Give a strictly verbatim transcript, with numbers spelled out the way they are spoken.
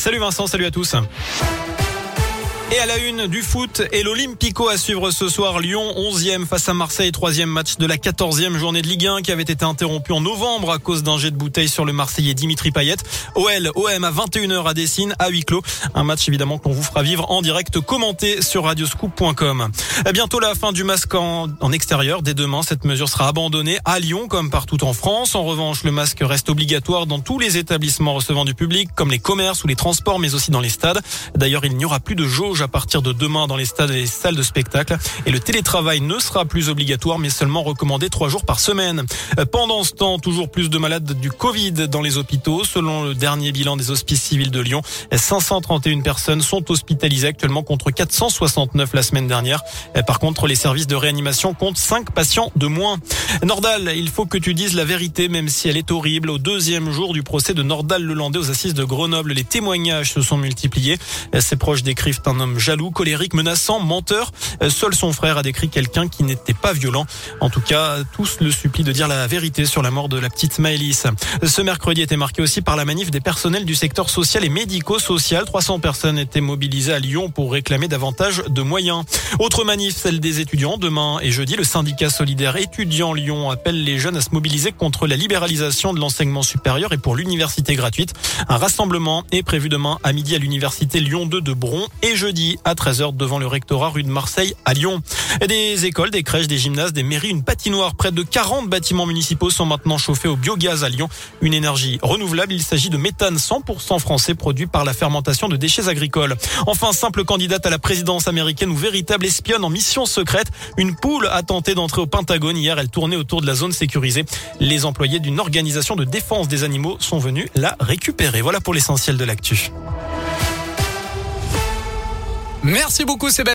Salut Vincent, salut à tous. Et à la une du foot et l'Olympico à suivre ce soir. Lyon onzième face à Marseille, troisième match de la quatorzième journée de Ligue un qui avait été interrompu en novembre à cause d'un jet de bouteille sur le Marseillais Dimitri Payet. O L O M à vingt et une heures à Dessine, à huis clos. Un match évidemment qu'on vous fera vivre en direct commenté sur radioscoop point com. Bientôt la fin du masque en, en extérieur. Dès demain, cette mesure sera abandonnée à Lyon comme partout en France. En revanche, le masque reste obligatoire dans tous les établissements recevant du public comme les commerces ou les transports mais aussi dans les stades. D'ailleurs, il n'y aura plus de jauge à partir de demain dans les stades et les salles de spectacle. Et le télétravail ne sera plus obligatoire, mais seulement recommandé trois jours par semaine. Pendant ce temps, toujours plus de malades du Covid dans les hôpitaux. Selon le dernier bilan des hospices civils de Lyon, cinq cent trente et une personnes sont hospitalisées actuellement contre quatre cent soixante-neuf la semaine dernière. Par contre, les services de réanimation comptent cinq patients de moins. Nordal, il faut que tu dises la vérité, même si elle est horrible. Au deuxième jour du procès de Nordal Lelandais aux assises de Grenoble, les témoignages se sont multipliés. Ses proches décrivent un homme jaloux, colérique, menaçant, menteur. Seul son frère a décrit quelqu'un qui n'était pas violent. En tout cas, tous le supplient de dire la vérité sur la mort de la petite Maëlys. Ce mercredi était marqué aussi par la manif des personnels du secteur social et médico-social. trois cents personnes étaient mobilisées à Lyon pour réclamer davantage de moyens. Autre manif, celle des étudiants. Demain et jeudi, le syndicat solidaire étudiant Lyon appelle les jeunes à se mobiliser contre la libéralisation de l'enseignement supérieur et pour l'université gratuite. Un rassemblement est prévu demain à midi à l'université Lyon deux de Bron et jeudi à treize heures devant le rectorat rue de Marseille à Lyon. Des écoles, des crèches, des gymnases, des mairies, une patinoire. Près de quarante bâtiments municipaux sont maintenant chauffés au biogaz à Lyon. Une énergie renouvelable. Il s'agit de méthane cent pour cent français produit par la fermentation de déchets agricoles. Enfin, simple candidate à la présidence américaine ou véritable espionne en mission secrète. Une poule a tenté d'entrer au Pentagone hier. Elle tournait autour de la zone sécurisée. Les employés d'une organisation de défense des animaux sont venus la récupérer. Voilà pour l'essentiel de l'actu. Merci beaucoup Sébastien.